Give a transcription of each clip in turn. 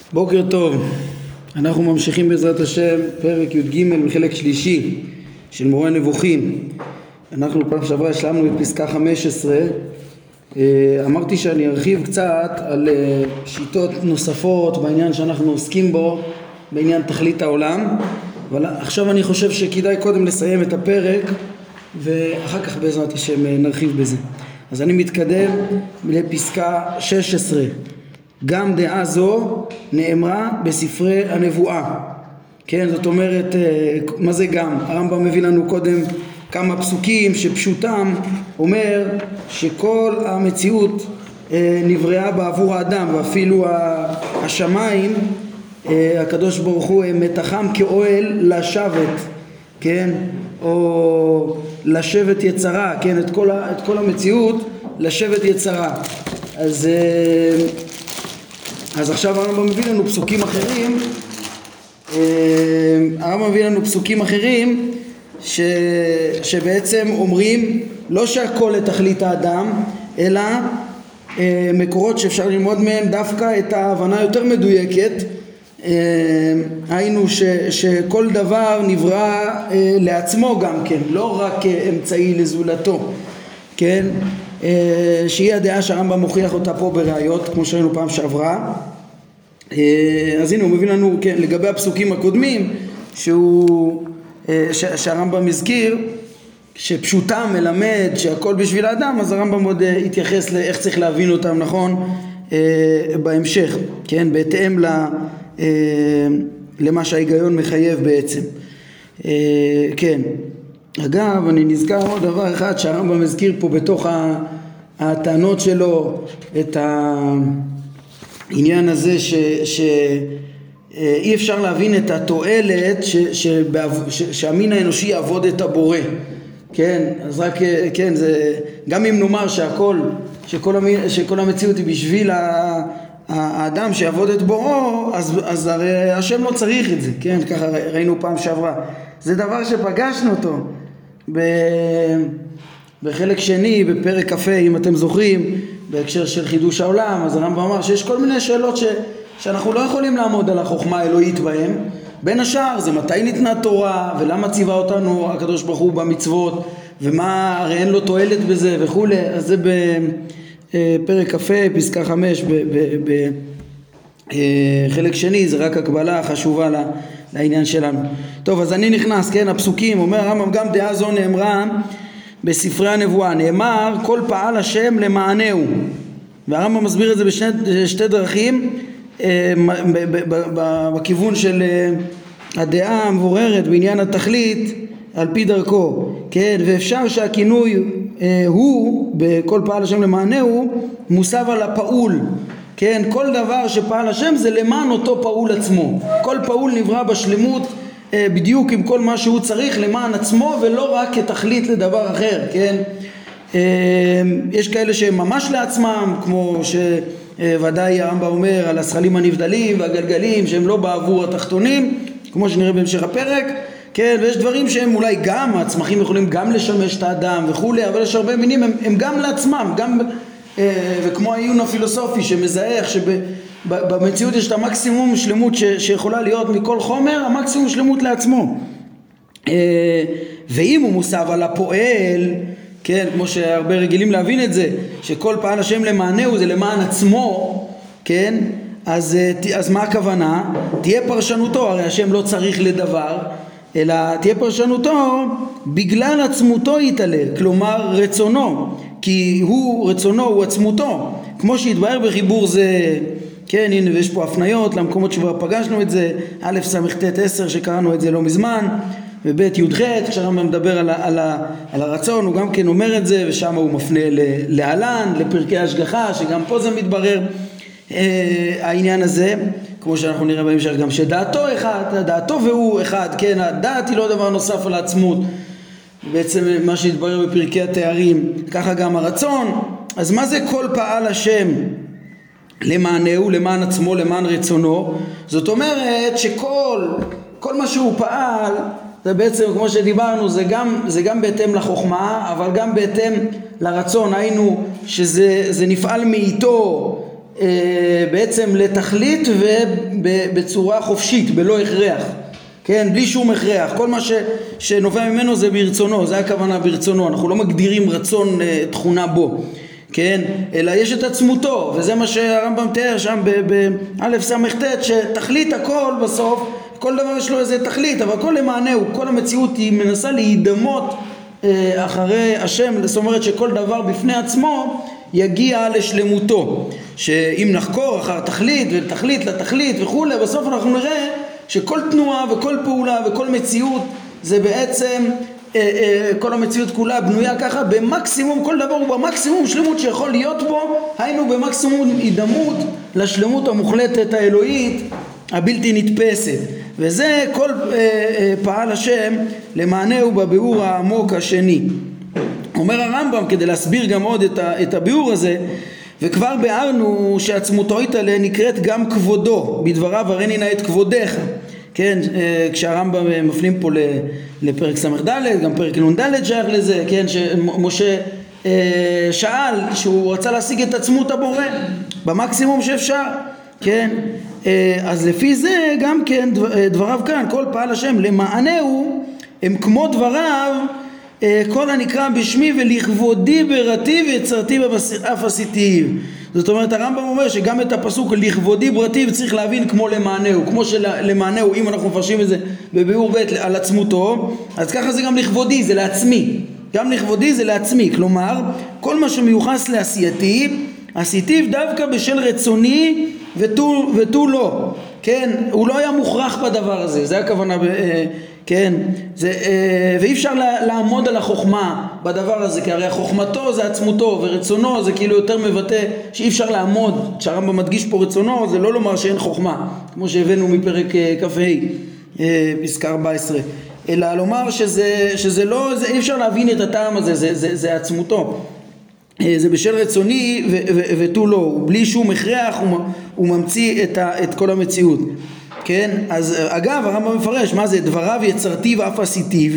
בוקר טוב, אנחנו ממשיכים בעזרת השם פרק י"ג בחלק שלישי של מורה הנבוכים. אנחנו פעם שעברה השלמנו את פסקה 15. אמרתי שאני ארחיב קצת על שיטות נוספות בעניין שאנחנו עוסקים בו, בעניין תכלית העולם, אבל עכשיו אני חושב שכדאי קודם לסיים את הפרק ואחר כך בעזרת השם נרחיב בזה. אז אני מתקדם לפסקה 16. גם דעה זו נאמרה בספרי הנבואה. כן, זאת אומרת, מה זה גם? הרמב"ם מביא לנו קודם כמה פסוקים שפשוטם אומר שכל המציאות נבראה בעבור האדם, ואפילו השמיים, הקדוש ברוך הוא מתחם כאוהל לשבת, כן? או לשבת יצרה, כן? את כל המציאות לשבת יצרה. אז עכשיו הרמב"ם מביא לנו פסוקים אחרים, שבעצם אומרים לא שהכל לתכלית האדם, אלא מקורות שאפשר ללמוד מהם דווקא את ההבנה יותר מדויקת, היינו שכל דבר נברא לעצמו גם כן, לא רק אמצעי לזולתו, כן? שהיא הדעה שהרמב"ם מוכיח אותה פה בראיות, כמו שראינו פעם שעברה. אז הנה הוא מביא לנו, כן, לגבי הפסוקים הקודמים שהרמב"ם מזכיר שפשוטם מלמד שהכל בשביל האדם, אז הרמב"ם עוד התייחס לאיך צריך להבין אותם נכון בהמשך, כן, בהתאם למה שההיגיון מחייב בעצם. כן, אגב, אני נזכר עוד דבר אחד שהרמב"ם מזכיר פה בתוך הטענות שלו, את העניין הזה שאי אפשר להבין את התועלת שהמין האנושי יעבוד את הבורא. כן, אז רק, כן, זה, גם אם נאמר שכל המציאות היא בשביל האדם שיעבוד את בוראו, אז הרי השם לא צריך את זה, כן, ככה ראינו פעם שעברה. זה דבר שפגשנו אותו בחלק שני, בפרק כ"ה, אם אתם זוכרים, בהקשר של חידוש העולם. אז הרמב"ם אמר שיש כל מיני שאלות שאנחנו לא יכולים לעמוד על החוכמה האלוהית בהן. בין השאר זה מתי ניתנה תורה, ולמה ציווה אותנו הקדוש ברוך הוא במצוות, ומה הרי אין לו תועלת בזה וכו'. אז זה בפרק כ"ה, פסקה 5, בחלק שני, זה רק הקבלה חשובה לעניין שלנו. טוב, אז אני נכנס, כן, הפסוקים, אומר הרמב"ם, גם דעה זו נאמרה בספרי הנבואה, נאמר כל פעל השם למענהו, והרמב"ם מסביר את זה בשתי דרכים, בכיוון של הדעה המבוררת בעניין התכלית על פי דרכו, כן, ואפשר שהכינוי הוא בכל פעל השם למענהו מוסב על הפעול, כן, כל דבר שפעל השם זה למען אותו פעול עצמו. כל פעול נברא בשלמות בדיוק עם כל מה שהוא צריך למען עצמו, ולא רק כתכלית לדבר אחר, כן? יש כאלה שהם ממש לעצמם, כמו שוודאי הרמב"ם אומר על השכלים הנבדלים והגלגלים שהם לא בעבור התחתונים, כמו שנראה בהמשך הפרק, כן? ויש דברים שהם אולי גם, הצמחים יכולים גם לשמש את האדם וכו', אבל יש הרבה מינים הם גם לעצמם, גם וכמו העיון הפילוסופי שמזהה איך שבמציאות יש את המקסימום שלמות שיכולה להיות מכל חומר, המקסימום שלמות לעצמו. ואם הוא מוסב על הפועל, כן, כמו שהרבה רגילים להבין את זה, שכל פעל השם למענהו זה למען עצמו, כן, אז מה הכוונה? תהיה פרשנותו, הרי השם לא צריך לדבר, אלא תהיה פרשנותו בגלל עצמותו יתעלה, כלומר רצונו, כי רצונו הוא עצמותו, כמו שהתבהר בחיבור זה, כן, הנה ויש פה הפניות למקומות שכבר פגשנו את זה, א' ס"ט 10 שקראנו את זה לא מזמן, וב' י"ח כשהרמב"ם מדבר על הרצון הוא גם כן אומר את זה, ושם הוא מפנה להלן, לפרקי השגחה, שגם פה זה מתברר העניין הזה, כמו שאנחנו נראה בהמשך גם שדעתו אחד, דעתו והוא אחד, כן, הדעת היא לא דבר נוסף על העצמות, בעצם מה שהתברר בפרקי התארים, ככה גם הרצון. אז מה זה כל פעל השם למענהו, למען עצמו, למען רצונו? זאת אומרת שכל מה שהוא פעל זה בעצם כמו שדיברנו, זה גם בהתאם לחוכמה, אבל גם בהתאם לרצון, היינו שזה נפעל מאיתו בעצם לתכלית ובצורה חופשית, בלא הכרח, כן, בלי שום הכרח. כל מה שנובע ממנו זה ברצונו, זה הכוונה ברצונו, אנחנו לא מגדירים רצון תכונה בו, כן, אלא יש את עצמותו, וזה מה שהרמב"ם תיאר שם בא' סמ"ט, שתכלית הכל בסוף, כל דבר יש לו איזה תכלית, אבל כל למענהו, כל המציאות היא מנסה להידמות אחרי השם, זאת אומרת שכל דבר בפני עצמו יגיע לשלמותו, שאם נחקור אחר תכלית ותכלית לתכלית וכו', בסוף אנחנו נראה שכל תנועה וכל פעולה וכל מציאות זה בעצם כל המציאות כולה בנויה ככה במקסימום, כל דבר הוא במקסימום שלמות שיכול להיות בו, היינו במקסימום הידמות לשלמות המוחלטת האלוהית הבלתי נתפסת, וזה כל פעל השם למענהו בביאור העמוק השני. אומר הרמב"ם כדי להסביר גם עוד את הביאור הזה, וכבר ביארנו שעצמותו יתעלה נקראת גם כבודו, בדבריו הראני נא את כבודך, כן, כשהרמב"ם מפנים פה לפרק ס"ד, גם פרק נ"ד שייך לזה, כן, שמשה שאל שהוא רצה להשיג את עצמות הבורא במקסימום שאפשר, כן, אז לפי זה גם כן דבריו כאן, כל פעל השם למענהו הם כמו דבריו, כל הנקרא בשמי ולכבודי ברטיב יצרתי אף עשיתיו. זאת אומרת הרמב"ם אומר שגם את הפסוק לכבודי ברטיב צריך להבין כמו למענהו, כמו שלמענהו אם אנחנו מפרשים את זה בביאור ב' על עצמותו, אז ככה זה גם לכבודי, זה לעצמי, גם לכבודי זה לעצמי, כלומר כל מה שמיוחס לעשייתי עשיתיו דווקא בשל רצוני ותו לא, כן, הוא לא היה מוכרח בדבר הזה, זה הכוונה, כן, זה, ואי אפשר לעמוד על החוכמה בדבר הזה, כי הרי החוכמתו זה עצמותו ורצונו זה כאילו יותר מבטא שאי אפשר לעמוד, כשהרמב"ם מדגיש פה רצונו זה לא לומר שאין חוכמה, כמו שהבאנו מפרק כ"ה פסקה 14, אלא לומר שזה לא, אי אפשר להבין את הטעם הזה, זה עצמותו, זה בשל רצוני ותו לא, בלי שום הכרח הוא ממציא את כל המציאות, כן? אז אגב הרמב"ם מפרש מה זה דבריו יצרתי ואף עשיתיו,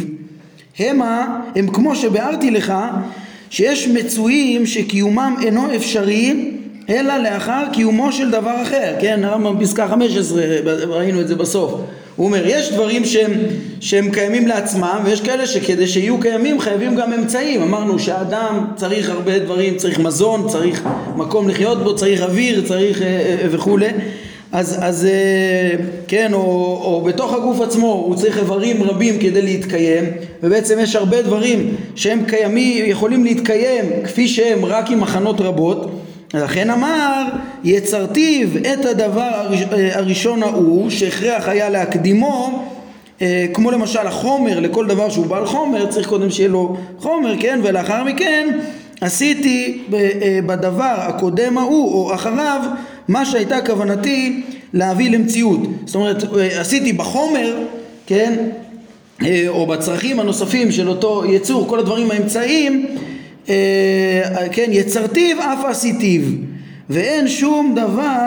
הם כמו שבארתי לך שיש מצויים שקיומם אינו אפשרי אלא לאחר קיומו של דבר אחר, כן? הרמב"ם פסקה 15 ראינו את זה בסוף, הוא אומר יש דברים שהם קיימים לעצמם ויש כאלה שכדי שיהיו קיימים חייבים גם אמצעים, אמרנו שהאדם צריך הרבה דברים, צריך מזון, צריך מקום לחיות בו, צריך אוויר, צריך וכו', אז כן, או בתוך הגוף עצמו הוא צריך איברים רבים כדי להתקיים, ובעצם יש הרבה דברים שהם קיימים, יכולים להתקיים כפי שהם רק עם הכנות רבות, לכן אמר יצרתיו את הדבר הראשון ההוא שהכרח היה להקדימו, כמו למשל החומר, לכל דבר שהוא בעל חומר צריך קודם שיהיה לו חומר, כן, ולאחר מכן עשיתי בדבר הקודם ההוא או אחריו מה שהייתה כוונתי להביא למציאות, זאת אומרת עשיתי בחומר, כן, או בצרכים הנוספים של אותו יצור, כל הדברים האמצעיים, כן, יצרתיו אף עשיתיו, ואין שום דבר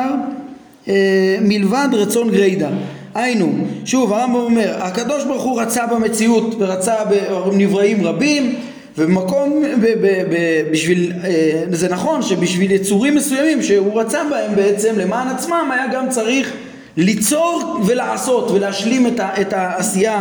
מלבד רצון גרידא. היינו, שוב הרמב"ם אומר הקדוש ברוך הוא רצה במציאות ורצה בנבראים רבים, ובמקום בשביל, זה נכון שבשביל יצורים מסוימים שהוא רצה בהם בעצם למען עצמם היה גם צריך ליצור ולעשות ולהשלים את העשייה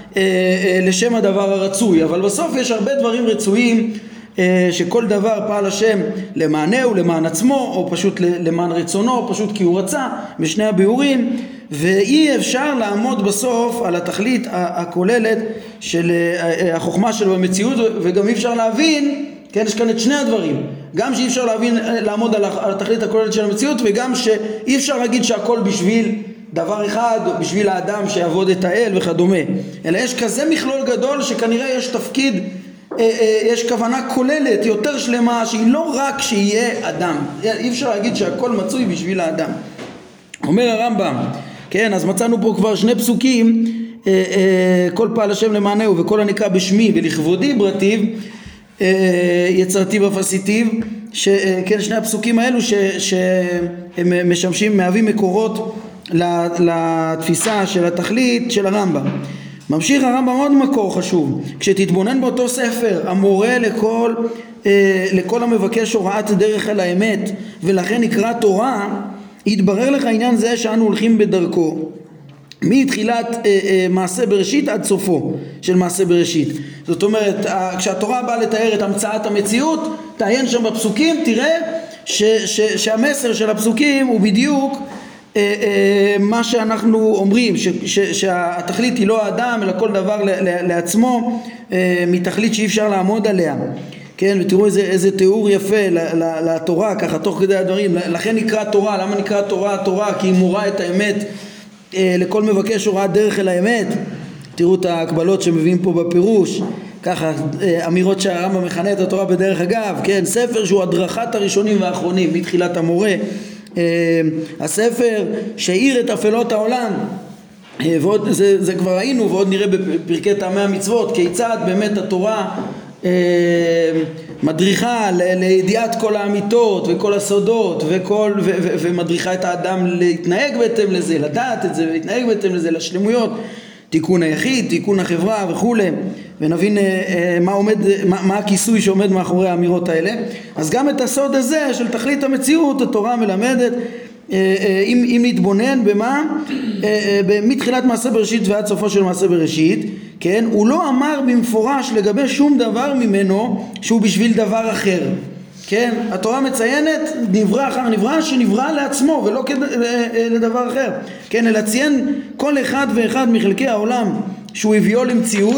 לשם הדבר הרצוי, אבל בסוף יש הרבה דברים רצויים שכל דבר פעל השם למענהו, למען עצמו, או פשוט למען רצונו, או פשוט כי הוא רצה, בשני הביאורים, ואי אפשר לעמוד בסוף על התכלית הכוללת של החוכמה שלו במציאות, וגם אי אפשר להבין, כן, יש כאן את שני הדברים, גם שאי אפשר לעמוד על התכלית הכוללת של המציאות, וגם שאי אפשר להגיד שהכל בשביל דבר אחד, בשביל האדם שיעבוד את האל וכדומה, אלא יש כזה מכלול גדול שכנראה יש תפקיד, יש כוונה כוללת יותר שלמה שהיא לא רק שיהיה אדם, אי אפשר להגיד שהכל מצוי בשביל האדם. אומר הרמב"ם, כן, אז מצאנו פה כבר שני פסוקים, כל פעל השם למענהו וכל הנקרא בשמי ולכבודי ברטיב יצרתיו ואף עשיתיו, כן, שני הפסוקים האלו שהם משמשים, מהווים מקורות לתפיסה של התכלית של הרמב"ם. ממשיך הרמב"ם עוד מקור חשוב, כשתתבונן באותו ספר המורה לכל המבקש הוראת דרך אל האמת ולכן נקרא תורה, יתברר לך עניין זה שאנו הולכים בדרכו מתחילת מעשה בראשית עד סופו של מעשה בראשית. זאת אומרת, כשהתורה באה לתאר את המצאת המציאות, תעיין שם בפסוקים, תראה שהמסר של הפסוקים הוא בדיוק מה שאנחנו אומרים, שהתכלית היא לא האדם אלא כל דבר לעצמו, מתכלית שאי אפשר לעמוד עליה. כן, ותראו איזה תיאור יפה לתורה, ככה תוך כדי הדברים. לכן נקרא תורה. למה נקרא תורה? תורה כי היא מורה את האמת לכל מבקש הוראת דרך אל האמת. תראו את ההקבלות שמביאים פה בפירוש, ככה אמירות שהרמב"ם מכנה את התורה בדרך אגב, כן, ספר שהוא הדרכת הראשונים והאחרונים מתחילת המורה, הספר שהאיר את אפלות העולם, ועוד זה כבר ראינו ועוד נראה בפרקי טעמי המצוות כיצד באמת התורה מדריכה לידיעת כל האמיתות וכל הסודות ומדריכה את האדם להתנהג בהתאם לזה, לדעת את זה ולהתנהג בהתאם לזה, לשלמויות, תיקון היחיד, תיקון החברה וכו', ונבין מה הכיסוי שעומד מאחורי האמירות האלה. אז גם את הסוד הזה של תכלית המציאות התורה מלמדת, אם נתבונן במה, מתחילת מעשה בראשית ועד סופו של מעשה בראשית, כן, הוא לא אמר במפורש לגבי שום דבר ממנו שהוא בשביל דבר אחר. כן, התורה מציינת נברא אחר נברא שנברא לעצמו ולא לדבר אחר. כן, אלא ציין כל אחד ואחד מחלקי העולם שהוא הביאו למציאות,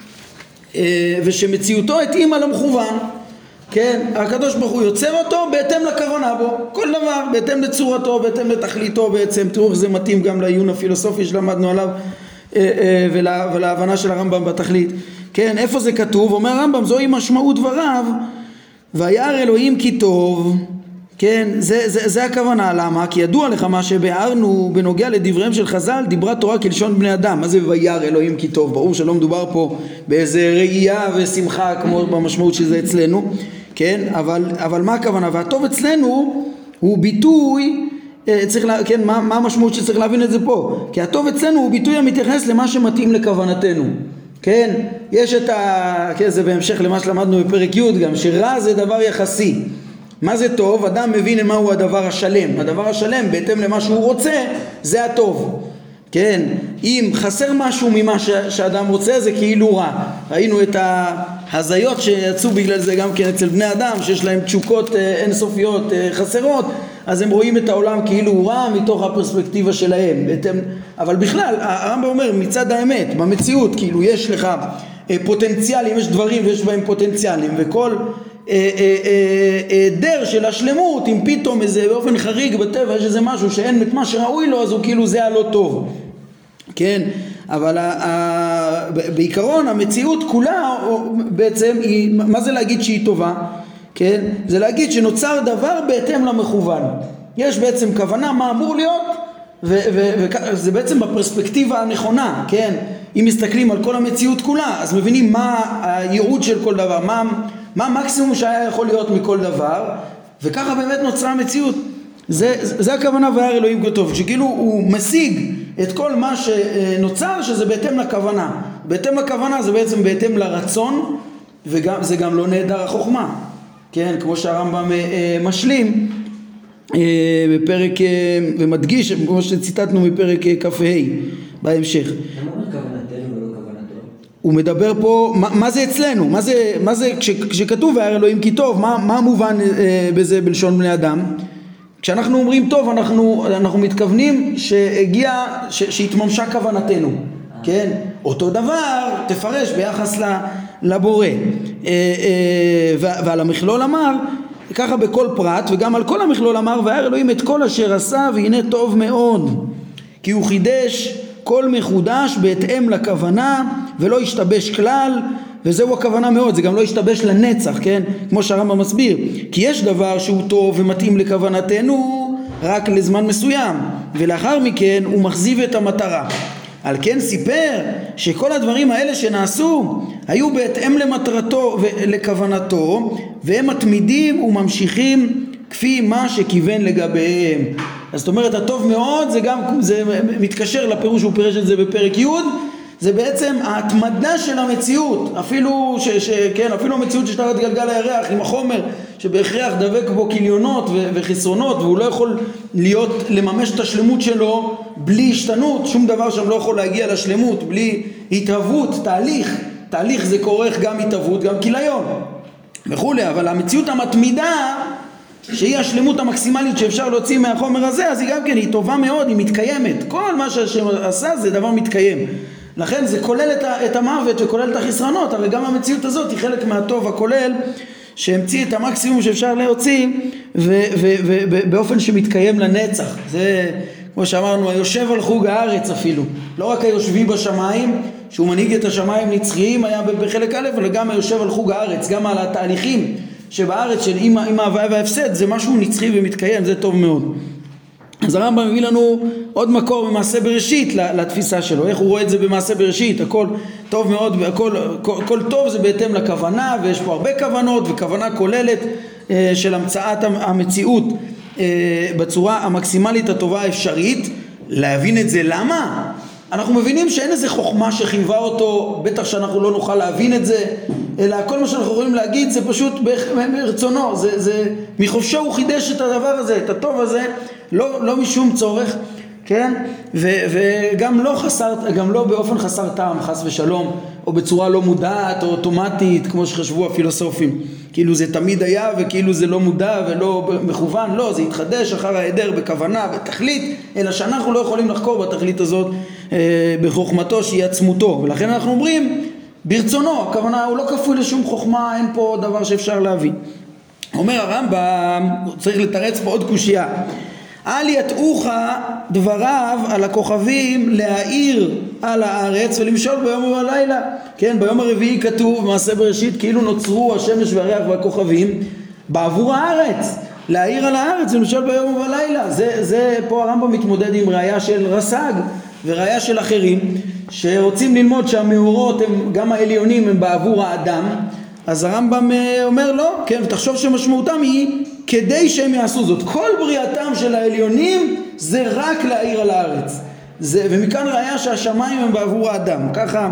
ושמציאותו התאימה למכוון. כן, הקדוש ברוך הוא יוצר אותו בהתאם לכוונה בו, כל דבר בהתאם לצורתו, בהתאם לתכליתו בעצם. תראו איך זה מתאים גם לעיון הפילוסופי שלמדנו עליו ולהבנה של הרמב"ם בתכלית. כן, איפה זה כתוב? אומר הרמב"ם, זוהי משמעות דבריו, וירא אלוהים כי טוב. כן, זה הכוונה. למה? כי ידוע לך מה שבארנו בנוגע לדבריהם של חז"ל, דיברה תורה כלשון בני אדם. מה זה וירא אלוהים כי טוב? ברור שלא מדובר פה באיזה ראייה ושמחה כמו במשמעות שזה אצלנו, כן, אבל מה הכוונה? והטוב אצלנו הוא ביטוי, כן, מה המשמעות שצריך להבין את זה פה? כי הטוב אצלנו הוא ביטוי המתייחס למה שמתאים לכוונתנו. כן, יש כן, זה בהמשך למה שלמדנו בפרק י' גם, שרע זה דבר יחסי. מה זה טוב? אדם מבין מהו הדבר השלם. הדבר השלם בהתאם למה שהוא רוצה, זה הטוב. כן, אם חסר משהו ממה שאדם רוצה, זה כאילו רע. ראינו את ההזיות שיצאו בגלל זה גם כן אצל בני אדם, שיש להם תשוקות אינסופיות חסרות, אז הם רואים את העולם כאילו הוא רע מתוך הפרספקטיבה שלהם. אבל בכלל, הרמב"ם אומר מצד האמת, במציאות, כאילו יש לך פוטנציאלים, יש דברים ויש בהם פוטנציאלים, וכל דר של השלמות, אם פתאום איזה באופן חריג בטבע יש איזה משהו שאין את מה שראוי לו, אז הוא כאילו זה הלא טוב. כן, אבל בעיקרון המציאות כולה בעצם היא, מה זה להגיד שהיא טובה? כן, זה להגיד שנוצר דבר בהתאם למכוון. יש בעצם כוונה מה אמור להיות, וזה בעצם בפרספקטיבה הנכונה. כן, אם מסתכלים על כל המציאות כולה, אז מבינים מה הייעוד של כל דבר, מה המקסימום שהיה יכול להיות מכל דבר, וככה באמת נוצרה המציאות. זה הכוונה וירא אלוהים כי טוב, שכאילו הוא משיג את כל מה שנוצר שזה בהתאם לכוונה. בהתאם לכוונה זה בעצם בהתאם לרצון, וזה גם לא נהדר החוכמה. כן, כמו שהרמב"ם משלים בפרק ומדגיש, כמו שציטטנו מפרק כ"ה בהמשך. הוא מדבר פה, מה זה אצלנו? מה זה כשכתוב וירא אלוהים כי טוב, מה מובן בזה בלשון בני אדם? כשאנחנו אומרים טוב, אנחנו מתכוונים שהתממשה כוונתנו. כן? אותו דבר תפרש ביחס לבורא. ועל המכלול אמר, ככה בכל פרט, וגם על כל המכלול אמר, וירא אלוהים את כל אשר עשה, והנה טוב מאוד. כי הוא חידש כל מחודש בהתאם לכוונה, ולא ישתבש כלל, וזהו הכוונה מאוד, זה גם לא ישתבש לנצח, כן? כמו שהרמב"ם מסביר, כי יש דבר שהוא טוב ומתאים לכוונתנו רק לזמן מסוים, ולאחר מכן הוא מחזיב את המטרה. על כן סיפר שכל הדברים האלה שנעשו היו בהתאם למטרתו ולכוונתו, והם מתמידים וממשיכים כפי מה שכיוון לגביהם. אז זאת אומרת, הטוב מאוד זה מתקשר לפירוש שהוא פירש את זה בפרק י', זה בעצם ההתמדה של המציאות, אפילו המציאות ששתלת גלגל הירח עם החומר שבהכרח דבק בו כליונות וחסרונות, והוא לא יכול לממש את השלמות שלו בלי השתנות, שום דבר שם לא יכול להגיע לשלמות בלי התהוות, תהליך זה כורך גם התהוות, גם כליון וכולי. אבל המציאות המתמידה שהיא השלמות המקסימלית שאפשר להוציא מהחומר הזה, אז היא גם כן, היא טובה מאוד, היא מתקיימת. כל מה שהשם עשה זה דבר מתקיים. לכן זה כולל את המוות וכולל את החסרונות, אבל גם המציאות הזאת היא חלק מהטוב הכולל שהמציא את המקסימום שאפשר להוציא ובאופן שמתקיים לנצח. זה כמו שאמרנו, היושב על חוג הארץ אפילו, לא רק היושבי בשמיים שהוא מנהיג את השמיים נצחיים היה בחלק א', אלא גם היושב על חוג הארץ, גם על התהליכים שבארץ של עם ההוויה וההפסד, זה משהו נצחי ומתקיים, זה טוב מאוד. אז הרמב"ם מביא לנו עוד מקור במעשה בראשית לתפיסה שלו, איך הוא רואה את זה במעשה בראשית, הכל טוב מאוד, הכל טוב זה בהתאם לכוונה, ויש פה הרבה כוונות וכוונה כוללת של המצאת המציאות בצורה המקסימלית הטובה האפשרית. להבין את זה למה? אנחנו מבינים שאין איזה חוכמה שחייבה אותו, בטח שאנחנו לא נוכל להבין את זה, אלא כל מה שאנחנו יכולים להגיד זה פשוט ברצונו, זה מחופשו הוא חידש את הדבר הזה, את הטוב הזה, לא משום צורך, כן? וגם לא באופן חסר טעם, חס ושלום, או בצורה לא מודעת או אוטומטית, כמו שחשבו הפילוסופים, כאילו זה תמיד היה וכאילו זה לא מודע ולא מכוון, לא, זה יתחדש אחר ההיעדר בכוונה ותכלית, אלא שאנחנו לא יכולים לחקור בתכלית הזאת בחוכמתו שהיא עצמותו, ולכן אנחנו אומרים ברצונו, הכוונה הוא לא כפוי לשום חוכמה, אין פה דבר שאפשר להבין. אומר הרמב"ם, צריך לתרץ פה עוד קושייה, אל יתאוך דבריו על הכוכבים להאיר על הארץ ולמשול ביום ובלילה. כן, ביום הרביעי כתוב במעשה בראשית כאילו נוצרו השמש והריח והכוכבים בעבור הארץ, להאיר על הארץ ולמשול ביום ובלילה. זה פה הרמב"ם מתמודד עם ראיה של רס"ג וראיה של אחרים שרוצים ללמוד שהמאורות הם גם העליונים הם בעבור האדם. אז הרמב"ם אומר לא, כן, ותחשוב שמשמעותם היא כדי שהם יעשו זאת. כל בריאתם של העליונים זה רק להאיר על הארץ. ומכאן ראיה שהשמיים הם בעבור האדם. ככה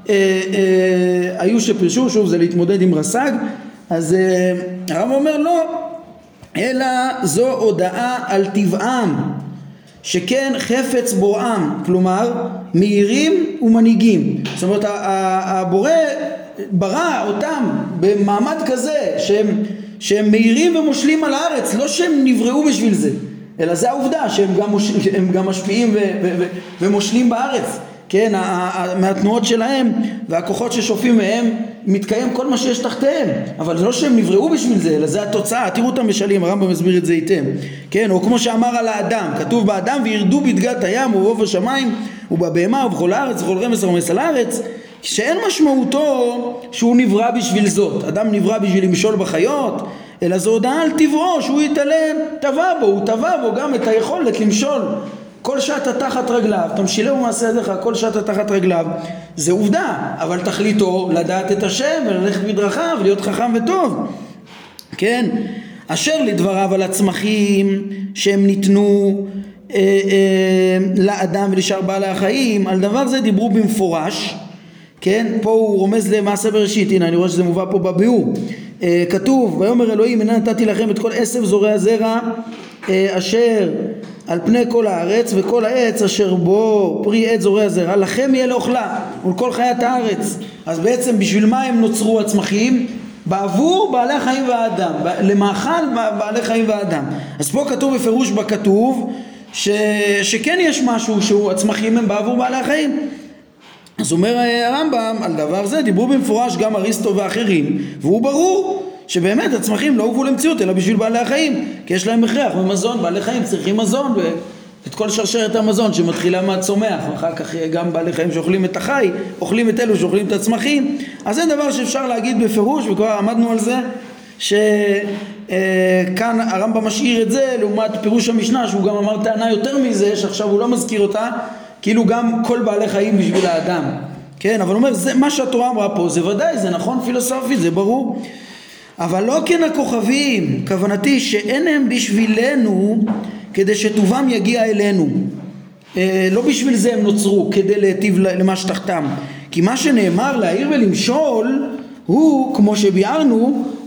היו שפרשו, שוב זה להתמודד עם רס"ג. אז הרמב"ם אומר לא, אלא זו הודעה על טבעם, שכן חפץ בוראם, כלומר מהירים ומנהיגים. זאת אומרת הבורא ברא אותם במעמד כזה שהם מהירים ומושלים על הארץ, לא שהם נבראו בשביל זה, אלא זה העובדה שהם גם משפיעים ומושלים בארץ, כן, מהתנועות שלהם והכוחות ששופעים מהם מתקיים כל מה שיש תחתיהם, אבל לא שהם נבראו בשביל זה, אלא זה התוצאה. תראו אותם משלים, הרמב"ם מסביר את זה היטב, כן, או כמו שאמר על האדם, כתוב באדם וירדו בדגת הים ובעוף השמיים ובבהמה ובכל הארץ וכל רמס הרומס על הארץ, שאין משמעותו שהוא נברא בשביל זאת. אדם נברא בשביל למשול בחיות, אלא זו הודעה על טבעו שהוא יתעלם, הוא טבע בו גם את היכולת למשול. כל שאתה תחת רגליו, תמשילהו מעשה ידיך, כל שאתה תחת רגליו, זה עובדה, אבל תכליתו לדעת את השם וללכת בדרכיו, להיות חכם וטוב. כן, אשר לדבריו על הצמחים שהם ניתנו לאדם ולשאר בעלי החיים, על דבר זה דיברו במפורש. כן, פה הוא רומז למעשה בראשית, הנה אני רואה שזה מובא פה בביאור, כתוב ויאמר אלוהים הנה נתתי לכם את כל עשב זורע זרע אשר על פני כל הארץ וכל העץ אשר בו פרי עץ זורע זרע לכם יהיה לאוכלה ולכל חיית הארץ. אז בעצם בשביל מה הם נוצרו הצמחים? בעבור בעלי החיים והאדם, למאכל בעלי חיים והאדם. אז פה כתוב בפירוש בכתוב שכן יש משהו שהוא הצמחים הם בעבור בעלי החיים. אז אומר הרמב"ם על דבר זה דיברו במפורש גם אריסטו ואחרים, והוא ברור שבאמת הצמחים לא הובאו למציאות אלא בשביל בעלי החיים, כי יש להם הכרח במזון, בעלי חיים צריכים מזון ואת כל שרשרת המזון שמתחילה מהצומח, ואחר כך גם בעלי חיים שאוכלים את החי אוכלים את אלו שאוכלים את הצמחים. אז זה דבר שאפשר להגיד בפירוש, וכבר עמדנו על זה שכאן הרמב"ם משאיר את זה לעומת פירוש המשנה שהוא גם אמר טענה יותר מזה שעכשיו הוא לא מזכיר אותה, כאילו גם כל בעלי חיים בשביל האדם, כן, אבל הוא אומר זה, מה שהתורה אמרה פה זה ודאי, זה נכון פילוסופית, זה ברור, אבל לא כן הכוכבים, כוונתי שאין הם בשבילנו כדי שטובם יגיע אלינו, לא בשביל זה הם נוצרו כדי להטיב למה שתחתם, כי מה שנאמר להעיר ולמשול הוא כמו שביארנו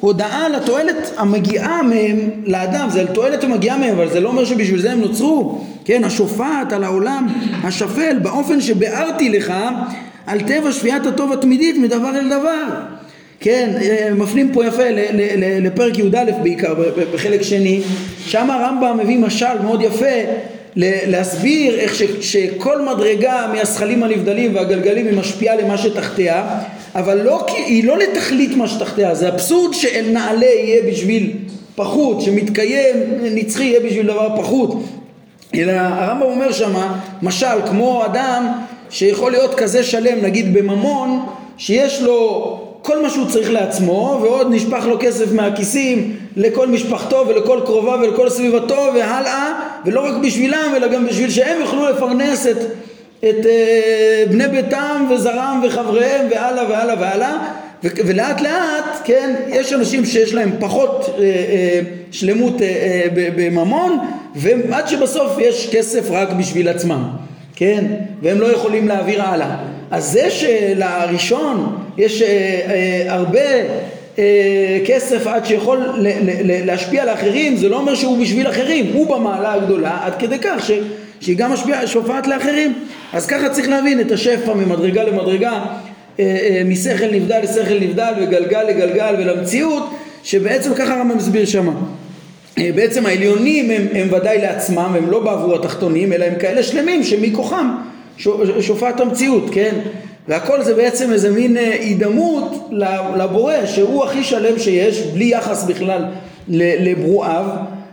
הודעה על התועלת המגיעה מהם לאדם, זה התועלת המגיעה מהם, אבל זה לא אומר שבשביל זה הם נוצרו, כן, השופט על העולם השפל, באופן שביארתי לך על טבע שפיעת הטוב התמידית מדבר אל דבר. כן, מפנים פה יפה לפרק י"א בעיקר, בחלק שני, שם הרמב"ם מביא משל מאוד יפה להסביר איך שכל מדרגה מהשכלים הנבדלים והגלגלים היא משפיעה למה שתחתיה, אבל לא, היא לא לתכלית מה שתחתיה. זה אבסורד שאל נעלה יהיה בשביל פחות, שמתקיים נצחי יהיה בשביל דבר פחות. אלא הרמב"ם אומר שמה, משל כמו אדם שיכול להיות כזה שלם, נגיד בממון, שיש לו כל מה שהוא צריך לעצמו, ועוד נשפח לו כסף מהכיסים לכל משפחתו ולכל קרוביו ולכל סביבתו והלאה, ולא רק בשבילם אלא גם בשביל שהם יוכלו לפרנס את בני ביתם וזרם וחבריהם והלאה והלאה והלאה. ולאט לאט, כן, יש אנשים שיש להם פחות שלמות בממון, ועד שבסוף יש כסף רק בשביל עצמם, כן, והם לא יכולים להעביר הלאה. אז זה שלראשון יש הרבה כסף עד שיכול להשפיע על האחרים, זה לא אומר שהוא בשביל אחרים, הוא במעלה הגדולה עד כדי כך שהיא גם שופעת לאחרים. אז ככה צריך להבין את השפע ממדרגה למדרגה, משכל נבדל לשכל נבדל וגלגל לגלגל ולמציאות, שבעצם ככה הרמב"ם מסביר שמה. בעצם העליונים הם ודאי לעצמם, הם לא בעבור התחתונים, אלא הם כאלה שלמים שמכוחם שופעת המציאות, כן? והכל זה בעצם איזה מין הידמות לבורא, שהוא הכי שלם שיש, בלי יחס בכלל לברואיו,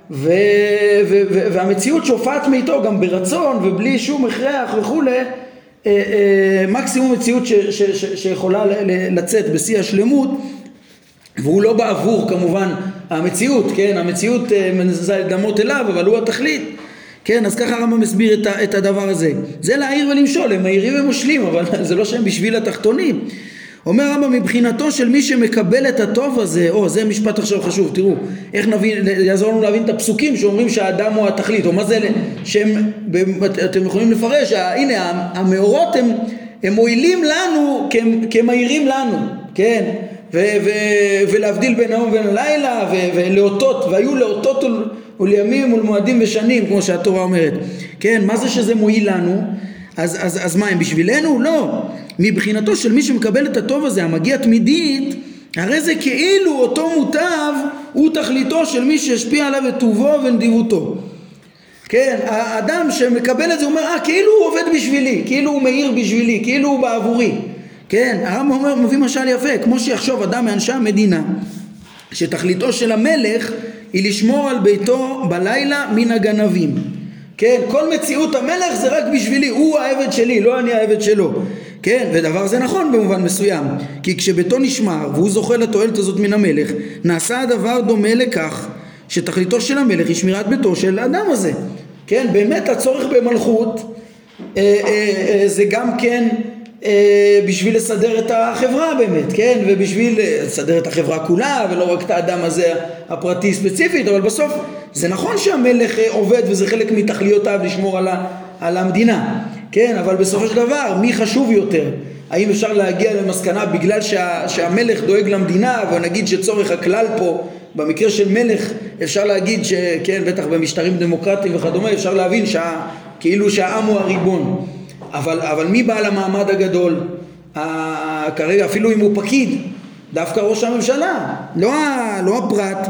והמציאות שופעת מאיתו גם ברצון ובלי שום הכרח וכולי, מקסימום מציאות שיכולה לצאת בשיא השלמות, והוא לא בעבור כמובן המציאות, כן? המציאות מנסה לדמות אליו, אבל הוא התכלית. כן, אז ככה הרמב"ם מסביר את הדבר הזה. זה להעיר ולמשול, הם מעירים ומושלים, אבל זה לא שהם בשביל התחתונים. אומר הרמב"ם, מבחינתו של מי שמקבל את הטוב הזה, זה משפט עכשיו חשוב, תראו, איך נבין, יעזור לנו להבין את הפסוקים שאומרים שהאדם הוא התכלית, או מה זה שהם, אתם יכולים לפרש, הנה, המאורות הם מועילים לנו כמאירים לנו, כן? ולהבדיל בין היום ובין הלילה, ולאותות, והיו לאותות ולימים ולמועדים ושנים, כמו שהתורה אומרת. כן, מה זה שזה מועיל לנו? אז מה, הם בשבילנו? לא. מבחינתו של מי שמקבל את הטוב הזה, המגיע תמידית, הרי זה כאילו אותו מוטב הוא תכליתו של מי שהשפיע עליו את טובו ונדיבותו. כן, האדם שמקבל את זה אומר, כאילו הוא עובד בשבילי, כאילו הוא מאיר בשבילי, כאילו הוא בעבורי. כן, הרמב"ם אומר, מביא משל יפה, כמו שיחשוב אדם מאנשי המדינה, שתכליתו של המלך היא לשמור על ביתו בלילה מן הגנבים. כן, כל מציאות המלך זה רק בשבילי, הוא העבד שלי, לא אני העבד שלו. כן, ודבר זה נכון במובן מסוים, כי כשביתו נשמר והוא זוכה לתועלת הזאת מן המלך, נעשה הדבר דומה לכך שתכליתו של המלך היא שמירת ביתו של האדם הזה. כן, באמת הצורך במלכות זה גם כן בשביל לסדר את החברה באמת, כן, ובשביל לסדר את החברה כולה ולא רק את האדם הזה הפרטי ספציפית, אבל בסוף זה נכון שהמלך עובד וזה חלק מתכליותיו לשמור על המדינה, כן, אבל בסופו של דבר מי חשוב יותר? האם אפשר להגיע למסקנה בגלל שהמלך דואג למדינה, ונגיד שצורך הכלל פה במקרה של מלך אפשר להגיד שכן, בטח במשטרים דמוקרטיים וכדומה אפשר להבין כאילו שהעם הוא הריבון, אבל מי בעל המעמד הגדול? כרגע אפילו אם הוא פקיד, דווקא ראש הממשלה, לא הפרט,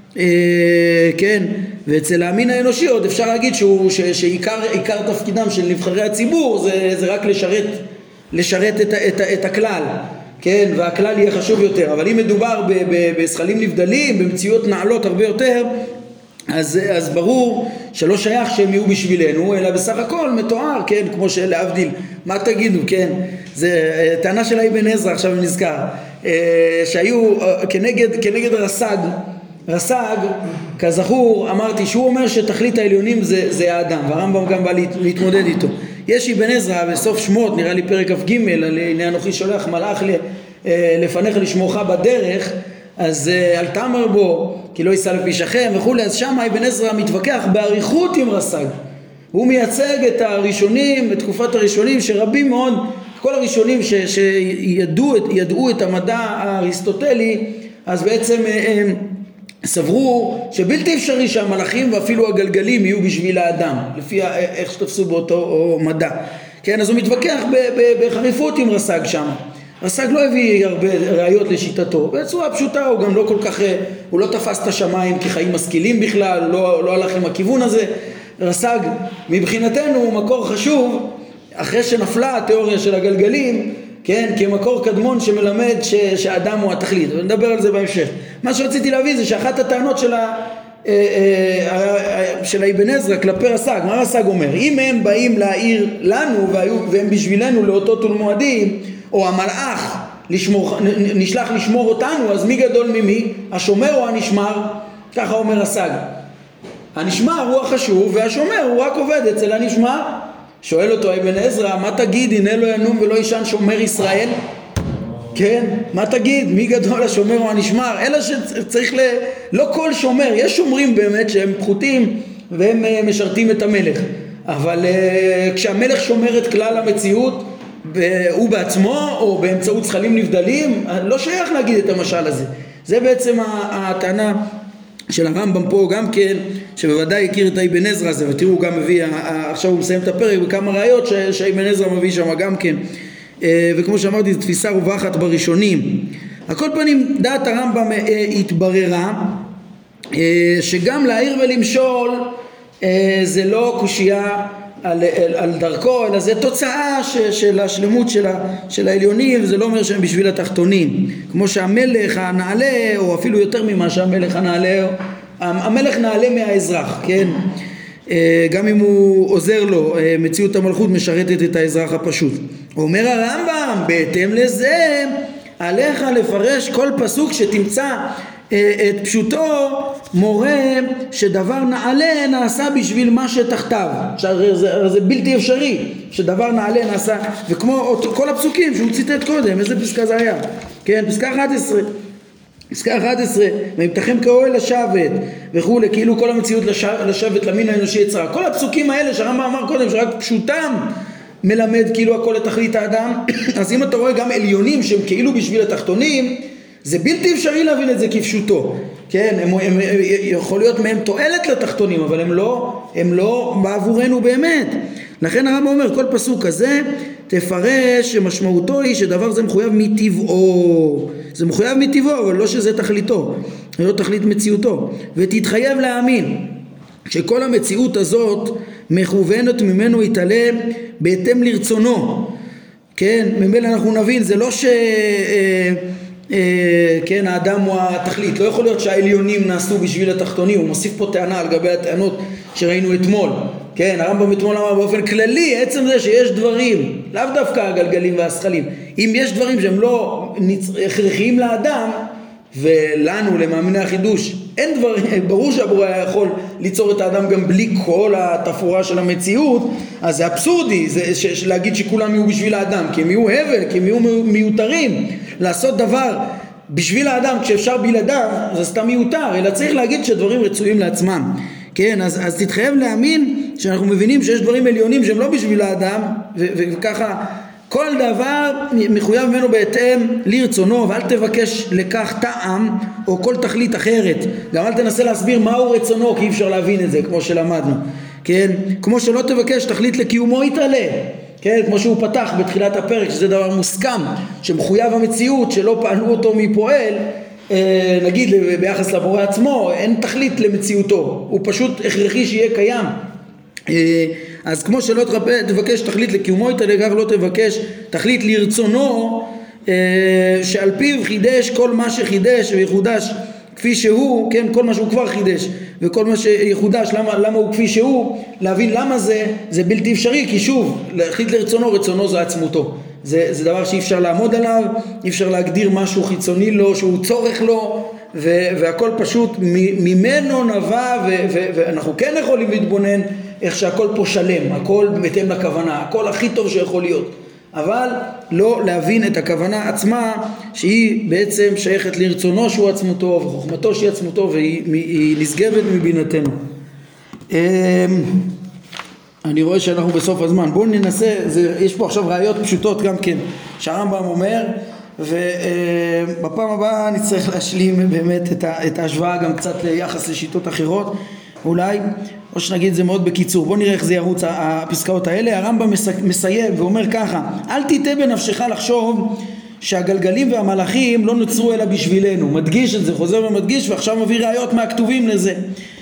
כן, ואצל המין האנושי עוד אפשר להגיד שעיקר תפקידם של נבחרי הציבור זה רק לשרת את הכלל, כן, והכלל יהיה חשוב יותר. אבל אם מדובר בשכלים נבדלים, במציאות נעלות הרבה יותר, אז ברור שלא שייך שהם יהיו בשבילנו, אלא בסך הכל מתואר, כן, כמו שלהבדיל, מה תגידו, כן, זה טענה של אבן עזרא, עכשיו אני נזכר, שהיו כנגד רס"ג, כזכור, אמרתי שהוא אומר שתכלית העליונים זה האדם, והרמב"ם גם בא להתמודד איתו. יש אבן עזרא בסוף שמות, נראה לי פרק כ"ג, על הנה אנוכי שולח מלאך לפניך לשמורך בדרך, אז אל תאמר בו כי לא ייסע לפשעכם וכולי. אז שם אבן עזרא מתווכח באריכות עם רס"ג, הוא מייצג את הראשונים, את תקופת הראשונים, שרבים מאוד, כל הראשונים שידעו את המדע האריסטוטלי, אז בעצם סברו שבלתי אפשרי שהמלאכים ואפילו הגלגלים יהיו בשביל האדם, לפי איך שתפסו באותו מדע. כן, אז הוא מתווכח בחריפות עם רס"ג שם. רס"ג לא הביא הרבה ראיות לשיטתו, בצורה פשוטה, הוא גם לא כל כך, הוא לא תפס את השמיים כחיים משכילים בכלל, לא הלך עם הכיוון הזה. רס"ג מבחינתנו הוא מקור חשוב, אחרי שנפלה התיאוריה של הגלגלים, כן, כמקור קדמון שמלמד שהאדם הוא התכלית. ונדבר על זה בהמשך. מה שרציתי להביא זה שאחת הטענות של אבן עזרא כלפי רס"ג, מה רס"ג אומר? אם הם באים להעיר לנו והם בשבילנו לאותו תול מועדים, או המלאך נשלח לשמור אותנו, אז מי גדול ממי? השומר או הנשמר? ככה אומר רס"ג. הנשמר הוא החשוב והשומר הוא רק עובד אצל הנשמר. שואל אותו אבן עזרא, מה תגיד, הנה לא ינום ולא ישן שומר ישראל? כן, מה תגיד, מי גדול השומר או הנשמר? אלא שצריך לא כל שומר, יש שומרים באמת שהם פחותים והם משרתים את המלך, אבל כשהמלך שומר את כלל המציאות הוא בעצמו או באמצעות זכלים נבדלים, לא שייך להגיד את המשל הזה. זה בעצם הטענה של הרמב"ם פה גם כן, שבוודאי הכיר את אבן עזרא הזה, ותראו גם מביא, עכשיו הוא מסיים את הפרק בכמה ראיות שאבן עזרא מביא שם גם כן, וכמו שאמרתי, זו תפיסה רווחת בראשונים. על כל פנים, דעת הרמב"ם התבררה, שגם להעיר ולמשול זה לא קושייה על דרכו, אלא זה תוצאה של השלמות של העליונים, וזה לא אומר שהם בשביל התחתונים. כמו שהמלך הנעלה, או אפילו יותר ממה שהמלך הנעלה, המלך נעלה מהאזרח, כן? גם אם הוא עוזר לו, מציאות המלכות משרתת את האזרח הפשוט. אומר הרמב"ם, בהתאם לזה, עליך לפרש כל פסוק שתמצא את פשוטו, מורה שדבר נעלה נעשה בשביל מה שתחתיו. זה בלתי אפשרי שדבר נעלה נעשה, וכמו כל הפסוקים שהוא ציטט קודם, איזה פסקה זה היה? כן, פסקה 11. פסקה 11, וימתחם כאוהל לשבת וכו', כאילו כל המציאות לשבת למין האנושי יצרה. כל הפסוקים האלה שהרמב"ם אמר קודם שרק פשוטם מלמד כאילו הכל לתכלית האדם, אז אם אתה רואה גם עליונים שהם כאילו בשביל התחתונים, זה בלתי אפשרי להבין את זה כפשוטו. כן, הם יכול להיות מהם תועלת לתחתונים, אבל הם לא בעבורנו באמת. לכן הרמב"ם אומר, כל פסוק כזה תפרש שמשמעותו היא שדבר זה מחויב מטבעו. זה מחויב מטבעו, אבל לא שזה תכליתו, לא תכלית מציאותו. ותתחייב להאמין שכל המציאות הזאת מכוונת ממנו יתעלה בהתאם לרצונו. כן, ממילא אנחנו נבין, זה לא כן, האדם הוא התכלית. לא יכול להיות שהעליונים נעשו בשביל התחתונים. הוא מוסיף פה טענה על גבי הטענות שראינו אתמול. כן, הרמב"ם אתמול אמר באופן כללי, עצם זה שיש דברים, לאו דווקא הגלגלים והזכלים, אם יש דברים שהם לא הכרחיים לאדם ולנו, למאמיני החידוש, אין דברים, ברור שהבורא היה יכול ליצור את האדם גם בלי כל התפאורה של המציאות, אז זה אבסורדי להגיד שכולם יהיו בשביל האדם, כי הם יהיו הבל, כי הם יהיו מיותרים. לעשות דבר בשביל האדם כשאפשר בלעדיו זה סתם מיותר, אלא צריך להגיד שדברים רצויים לעצמם. כן, אז תתחייב להאמין שאנחנו מבינים שיש דברים עליונים שהם לא בשביל האדם, וככה כל דבר מחויב ממנו בהתאם לרצונו, ואל תבקש לכך טעם או כל תכלית אחרת. גם אל תנסה להסביר מהו רצונו, כי אי אפשר להבין את זה, כמו שלמדנו. כן, כמו שלא תבקש תכלית לקיומו יתעלה. כן, כמו שהוא פתח בתחילת הפרק, שזה דבר מוסכם, שמחויב המציאות, שלא פעלו אותו מפועל, נגיד ביחס לבורא עצמו, אין תכלית למציאותו, הוא פשוט הכרחי שיהיה קיים. אז כמו שלא תבקש תכלית לקיומו יתעלה, כך לא תבקש תכלית לרצונו, שעל פיו חידש כל מה שחידש ויחודש כפי שהוא, כן, כל מה שהוא כבר חידש וכל מה שיחודש, למה הוא כפי שהוא, להבין למה זה בלתי אפשרי, כי שוב, להחליט לרצונו, רצונו זה עצמותו. זה דבר שאי אפשר לעמוד עליו, אי אפשר להגדיר משהו חיצוני לו, שהוא צורך לו, והכל פשוט ממנו נבע, ואנחנו כן יכולים להתבונן איך שהכל פה שלם, הכל בהתאם לכוונה, הכל הכי טוב שיכול להיות. אבל לא להבין את הכוונה עצמה שהיא בעצם שייכת לרצונו שהוא עצמותו וחוכמתו שהיא עצמותו והיא נשגבת מבינתנו. אני רואה שאנחנו בסוף הזמן, בואו ננסה, יש פה עכשיו ראיות פשוטות גם כן שהרמב"ם אומר, ובפעם הבאה נצטרך להשלים באמת את ההשוואה גם קצת ליחס לשיטות אחרות אולי, או שנגיד זה מאוד בקיצור. בוא נראה איך זה ירוץ הפסקאות האלה. הרמב"ם מסיים ואומר ככה: אל תיטה בנפשך לחשוב שהגלגלים והמלאכים לא נוצרו אלא בשבילנו. מדגיש את זה, חוזר ומדגיש, ועכשיו מביא ראיות מהכתובים לזה.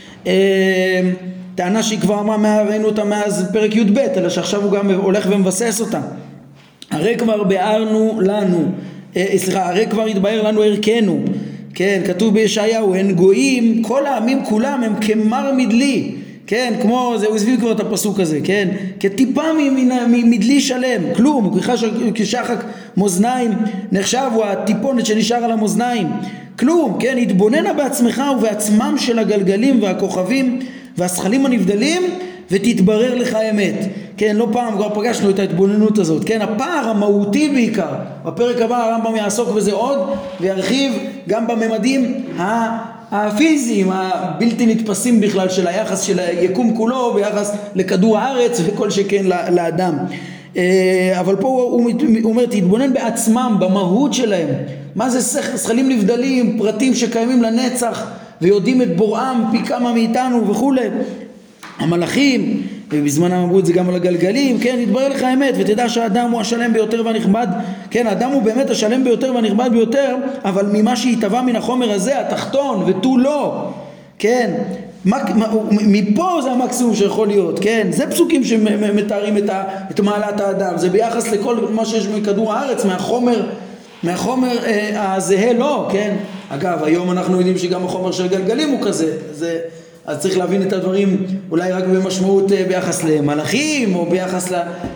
טענה שהיא כבר אמרה, ראינו אותה מאז פרק י"ב, אלא שעכשיו הוא גם הולך ומבסס אותה. הרי כבר ביארנו לנו, הרי כבר התבאר לנו ערכנו. כן, כתוב בישעיהו, הן גויים, כל העמים כולם הם כמר מדלי. כן, כמו, זה הוא הסביר כבר את הפסוק הזה, כן, כטיפה מדלי שלם, כלום, כשחק מאזניים נחשב, הוא הטיפונת שנשאר על המאזניים, כלום, כן, התבוננה בעצמך ובעצמם של הגלגלים והכוכבים והשכלים הנבדלים ותתברר לך האמת. כן, לא פעם כבר פגשנו את ההתבוננות הזאת. כן, הפער המהותי בעיקר, בפרק הבא הרמב"ם יעסוק בזה עוד וירחיב גם בממדים הפיזיים הבלתי נתפסים בכלל של היחס של היקום כולו ביחס לכדור הארץ וכל שכן לאדם. אבל פה הוא אומר תתבונן בעצמם, במהות שלהם, מה זה שכלים נבדלים, פרטים שקיימים לנצח ויודעים את בוראם פי כמה מאיתנו וכו'. המלאכים, ובזמן אמרו את זה גם על הגלגלים, כן, יתברר לך האמת ותדע שהאדם הוא השלם ביותר והנכבד. כן, האדם הוא באמת השלם ביותר והנכבד ביותר, אבל ממה שהתהווה מן החומר הזה, התחתון ותו לא, כן, מפה זה המקסימום שיכול להיות. כן, זה פסוקים שמתארים את מעלת האדם, זה ביחס לכל מה שיש מכדור הארץ, מהחומר הזהה לא. כן, אגב היום אנחנו יודעים שגם החומר של גלגלים הוא כזה, אז צריך להבין את הדברים אולי רק במשמעות ביחס למלאכים או ביחס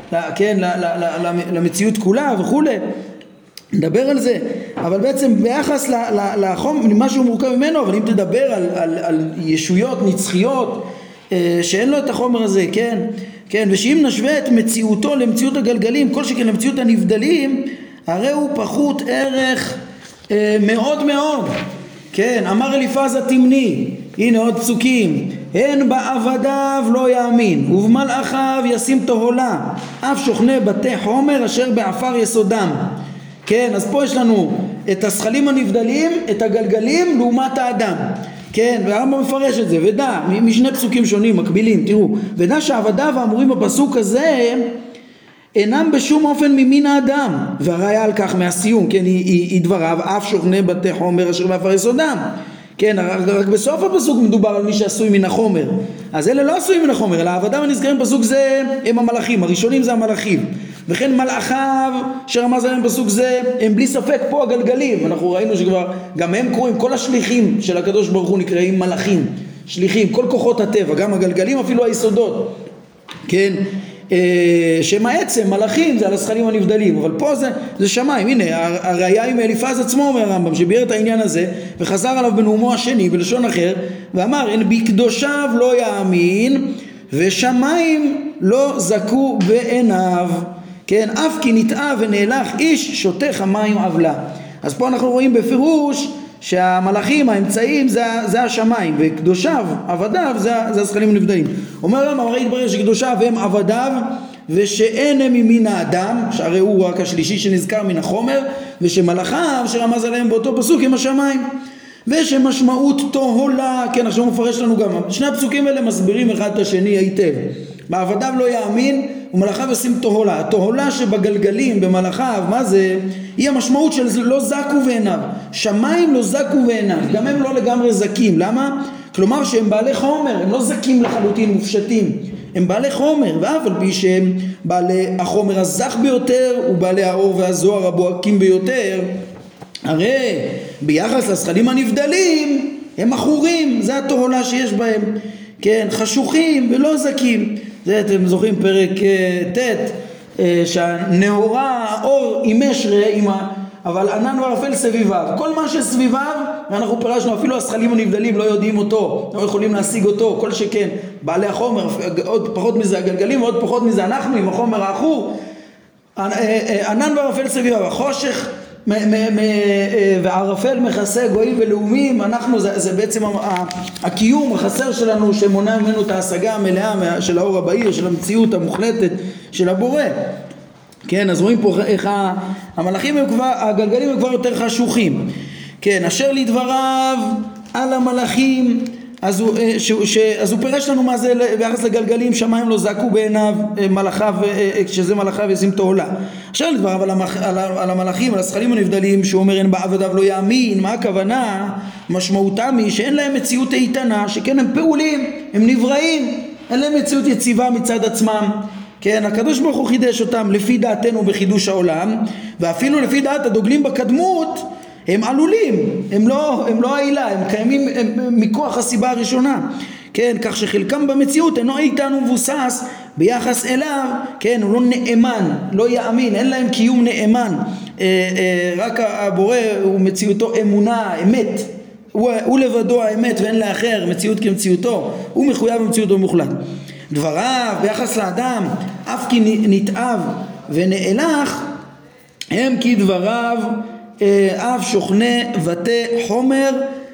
למציאות כולה וכו'. נדבר על זה, אבל בעצם ביחס למה שהוא מורכב ממנו. אבל אם תדבר על ישויות נצחיות שאין לו את החומר הזה, כן, ושאם נשווה את מציאותו למציאות הגלגלים, כל שכן למציאות הנבדלים, הרי הוא פחות ערך מאוד מאוד. כן, אמר אליפז התימני, הנה עוד פסוקים, הן בעבדיו לא יאמין ובמלאכיו ישים תהולה, אף שוכני בתי חומר אשר בעפר יסודם. כן, אז פה יש לנו את השכלים הנבדלים, את הגלגלים לעומת האדם. כן, והרמב"ם מפרש את זה, ודע, משני פסוקים שונים מקבילים, תראו, ודע שעבדיו האמורים בפסוק הזה אינם בשום אופן ממין האדם, והראיה על כך מהסיום, כן, היא דבריו, אף שוכני בתי חומר אשר בעפר יסודם. כן, רק בסוף הפסוק מדובר על מי שעשוי מן החומר, אז אלה לא עשויים מן החומר, אלא עבדיו הנזכרים בפסוק זה הם המלאכים, הראשונים זה המלאכים, וכן מלאכיו שרמז עליהם בפסוק זה הם בלי ספק פה הגלגלים. אנחנו ראינו שכבר גם הם קוראים, כל השליחים של הקדוש ברוך הוא נקראים מלאכים, שליחים, כל כוחות הטבע, גם הגלגלים אפילו היסודות, כן, שם העצם, מלאכים זה על השכלים הנבדלים, אבל פה זה שמיים. הנה הראיה עם אליפז עצמו, אומר הרמב"ם, שביאר את העניין הזה וחזר עליו בנאומו השני בלשון אחר ואמר אין בקדושיו לא יאמין ושמיים לא זכו בעיניו. כן, אף כי נטעה ונהלך איש שוטה חמיים עוולה. אז פה אנחנו רואים בפירוש שהמלאכים האמצעים זה השמיים וקדושיו עבדיו זה השכלים הנבדלים. אומר הרמב"ם, הרי התברר שקדושיו הם עבדיו ושאין הם ממין האדם, שהרי הוא רק השלישי שנזכר מן החומר, ושמלאכיו שרמז עליהם באותו פסוק הם השמיים, ושמשמעות תהולה. כן, עכשיו הוא מפרש לנו גם שני הפסוקים האלה מסבירים אחד את השני היטב. בעבדיו לא יאמין ומלאכיו ישים תהולה. התהולה שבגלגלים במלאכיו, מה זה? היא המשמעות של לא זקו בעיניו. שמיים לא זקו בעיניו, גם הם לא לגמרי זקים. למה? כלומר שהם בעלי חומר, הם לא זקים לחלוטין, מופשטים, הם בעלי חומר, ואף על פי שהם בעלי החומר הזך ביותר ובעלי האור והזוהר הבוהקים ביותר, הרי ביחס לשכלים הנבדלים הם אחורים, זה התהולה שיש בהם, כן, חשוכים ולא זקים. זה אתם זוכרים פרק ט' שהנאורה האור אימש רעימה אבל ענן וערפל סביביו, כל מה שסביביו, ואנחנו פירשנו אפילו השכלים הנבדלים לא יודעים אותו, לא יכולים להשיג אותו, כל שכן בעלי החומר, עוד פחות מזה הגלגלים ועוד פחות מזה אנחנו עם החומר האחור. ענן וערפל סביביו, החושך וערפל מכסה גויים ולאומים, אנחנו זה בעצם הקיום החסר שלנו שמונע ממנו את ההשגה המלאה של האור הבהיר, של המציאות המוחלטת של הבורא. כן, אז רואים פה איך המלאכים הם כבר, הגלגלים הם כבר יותר חשוכים. כן, אשר לדבריו על המלאכים, אז הוא פירש לנו מה זה ביחס לגלגלים, שמיים לא זעקו בעיניו מלאכיו, כשזה מלאכיו ישים תעולה. אשר לדבריו על המלאכים, על השכלים הנבדלים, שהוא אומר אין בעבדיו לא יאמין, מה הכוונה? משמעותם היא שאין להם מציאות איתנה, שכן הם פעולים, הם נבראים, אין להם מציאות יציבה מצד עצמם. כן, הקדוש ברוך הוא חידש אותם לפי דעתנו בחידוש העולם, ואפילו לפי דעת הדוגלים בקדמות, הם עלולים, הם לא העילה, הם קיימים מכוח הסיבה הראשונה. כן, כך שחלקם במציאות אינו איתנו מבוסס ביחס אליו, כן, הוא לא נאמן, לא יאמין, אין להם קיום נאמן. רק הבורא הוא מציאותו אמונה, אמת. הוא לבדו האמת ואין לאחר, מציאות כמציאותו, הוא מחויב במציאותו מוחלט. דבריו ביחס לאדם, אף כי נתאב ונאלח, הם כדבריו אף שוכנה ותה חומר,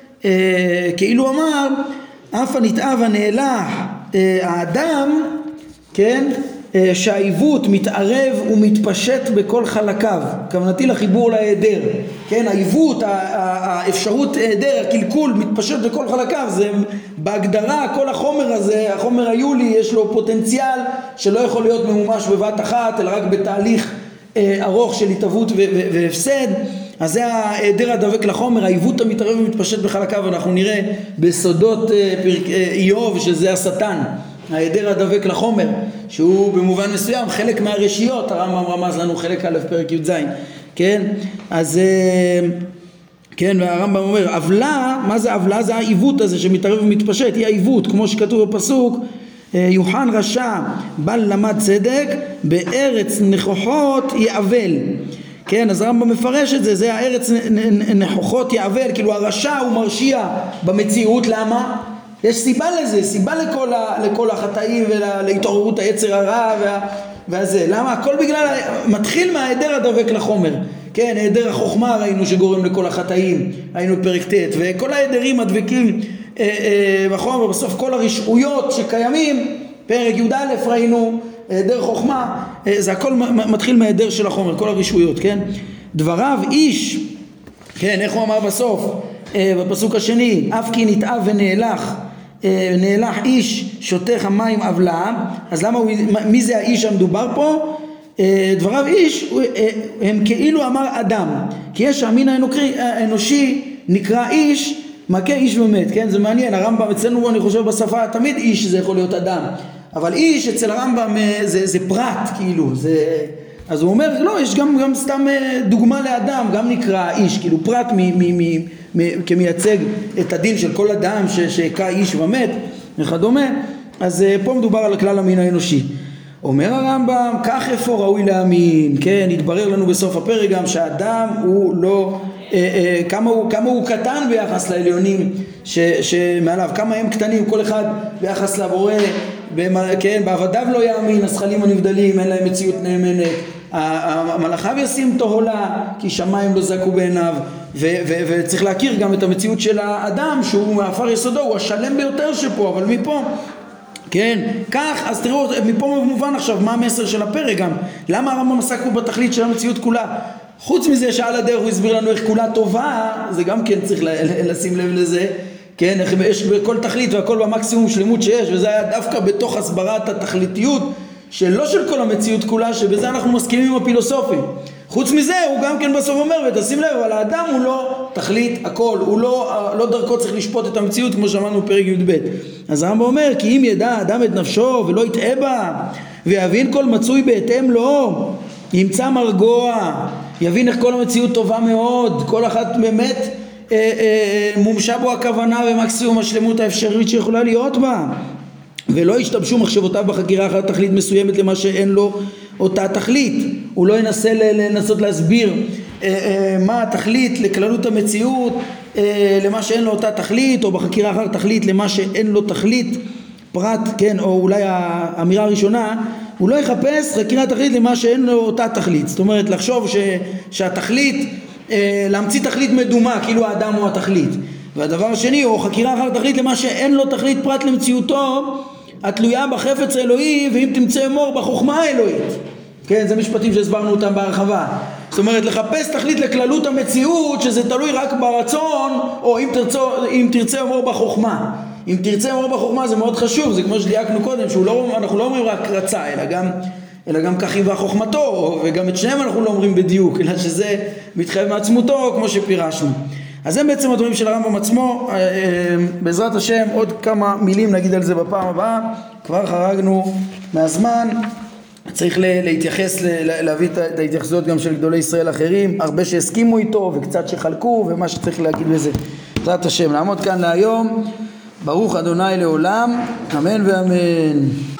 כאילו אמר אף הנתאב הנאלח האדם, כן, שהעיוות מתערב ומתפשט בכל חלקיו, כוונתי לחיבור להיעדר, כן, העיוות, האפשרות היעדר, הקלקול מתפשט בכל חלקיו, זה בהגדרה כל החומר הזה, החומר היולי יש לו פוטנציאל שלא יכול להיות ממומש בבת אחת אלא רק בתהליך ארוך של התהוות והפסד. אז זה ההיעדר הדבק לחומר, העיוות המתערב ומתפשט בחלקיו, אנחנו נראה בסודות איוב שזה השטן, ההיעדר הדבק לחומר, שהוא במובן מסוים חלק מהרשיות, הרמב"ם רמז לנו חלק א' פרק י"ז, כן? אז כן, והרמב"ם אומר, עוולה, מה זה עוולה? זה העיוות הזה שמתערב ומתפשט, היא העיוות, כמו שכתוב בפסוק, יוחנן רשע בל למד צדק, בארץ נכוחות יעבל. כן, אז הרמב"ם מפרש את זה, זה הארץ נכוחות יעבל, כאילו הרשע הוא מרשיע במציאות, למה? יש סיבה לזה, סיבה לכל החטאים ולהתעוררות היצר הרע והזה. למה? הכל בגלל, מתחיל מההיעדר הדבק לחומר. כן, היעדר החוכמה ראינו שגורם לכל החטאים, ראינו בפרק ט', וכל ההיעדרים הדבקים בחומר, בסוף כל הרשעויות שקיימים, פרק י"א ראינו, היעדר חוכמה, זה הכל מתחיל מההיעדר של החומר, כל הרשעויות, כן? דבריו איש, כן, איך הוא אמר בסוף? בפסוק השני, אף כי נתאב ונאלח, נאלח איש שותך המים עוולה. אז למה מי זה האיש המדובר פה? דבריו איש הם כאילו אמר אדם, כי יש המין האנושי נקרא איש, מכה איש ומת, כן? זה מעניין, הרמב"ם אצלנו אני חושב בשפה תמיד איש זה יכול להיות אדם, אבל איש אצל הרמב"ם זה פרט כאילו, אז הוא אומר לא, יש גם סתם דוגמה לאדם, גם נקרא איש, כאילו פרט כמייצג את הדין של כל אדם שהכה איש ומת וכדומה. אז פה מדובר על הכלל המין האנושי. אומר הרמב"ם, כך איפה ראוי להאמין, כן, התברר לנו בסוף הפרק גם שהאדם הוא לא, כמה הוא קטן ביחס לעליונים שמעליו, כמה הם קטנים, כל אחד ביחס לבורא, כן, בעבדיו לא יאמין, השכלים הנבדלים, אין להם מציאות נאמנת, המלאכיו ישים תהולה, כי שמיים לא זעקו בעיניו, וצריך להכיר גם את המציאות של האדם, שהוא מעפר יסודו, הוא השלם ביותר שפה, אבל מפה, כן, כך, אז תראו, מפה מובן עכשיו מה המסר של הפרק גם, למה הרמב"ם עסק פה בתכלית של המציאות כולה, חוץ מזה שעל הדרך הוא הסביר לנו איך כולה טובה, זה גם כן צריך לשים לב לזה, כן, איך יש בכל תכלית והכל במקסימום שלמות שיש, וזה היה דווקא בתוך הסברת התכליתיות שלא של כל המציאות כולה, שבזה אנחנו מסכימים עם הפילוסופים. חוץ מזה הוא גם כן בסוף אומר, ותשים לב, אבל האדם הוא לא תכלית הכל, הוא לא דרכו צריך לשפוט את המציאות כמו שאמרנו בפרק י"ב. אז הרמב"ם אומר, כי אם ידע האדם את נפשו ולא יטעה בה, ויבין כל מצוי בהתאם לו, ימצא מרגוע, יבין איך כל המציאות טובה מאוד, כל אחת באמת מומשה בו הכוונה ומקסימום השלמות האפשרית שיכולה להיות בה, ולא ישתמשו מחשבותיו בחקירה אחת תכלית מסוימת למה שאין לו אותה תכלית. הוא לא ינסה לנסות להסביר מה התכלית לכללות המציאות למה שאין לו אותה תכלית, או בחקירה אחת תכלית למה שאין לו תכלית פרט, כן, או אולי האמירה הראשונה, הוא לא יחפש חקירה תכלית למה שאין לו אותה תכלית. זאת אומרת, לחשוב שהתכלית, להמציא תכלית מדומה, כאילו האדם הוא התכלית. והדבר השני, או חקירה אחת תכלית למה שאין לו תכלית פרט למציאותו, התלויה בחפץ האלוהי, ואם תמצא אמור בחוכמה האלוהית. כן, זה משפטים שהסברנו אותם בהרחבה. זאת אומרת, לחפש תכלית לכללות המציאות, שזה תלוי רק ברצון, או אם תרצה אמור בחוכמה. אם תרצה אמור בחוכמה זה מאוד חשוב, זה כמו שדייקנו קודם, אנחנו לא אומרים רק רצה, אלא גם כך היווה חוכמתו, וגם את שניהם אנחנו לא אומרים בדיוק, אלא שזה מתחייב מעצמותו, כמו שפירשנו. אז הם בעצם הדברים של הרמב"ם עצמו. בעזרת השם עוד כמה מילים נגיד על זה בפעם הבאה, כבר חרגנו מהזמן. צריך להתייחס, להביא את ההתייחסות גם של גדולי ישראל אחרים, הרבה שהסכימו איתו וקצת שחלקו, ומה שצריך להגיד בזה. בעזרת השם, נעמוד כאן להיום. ברוך אדוני לעולם, אמן ואמן.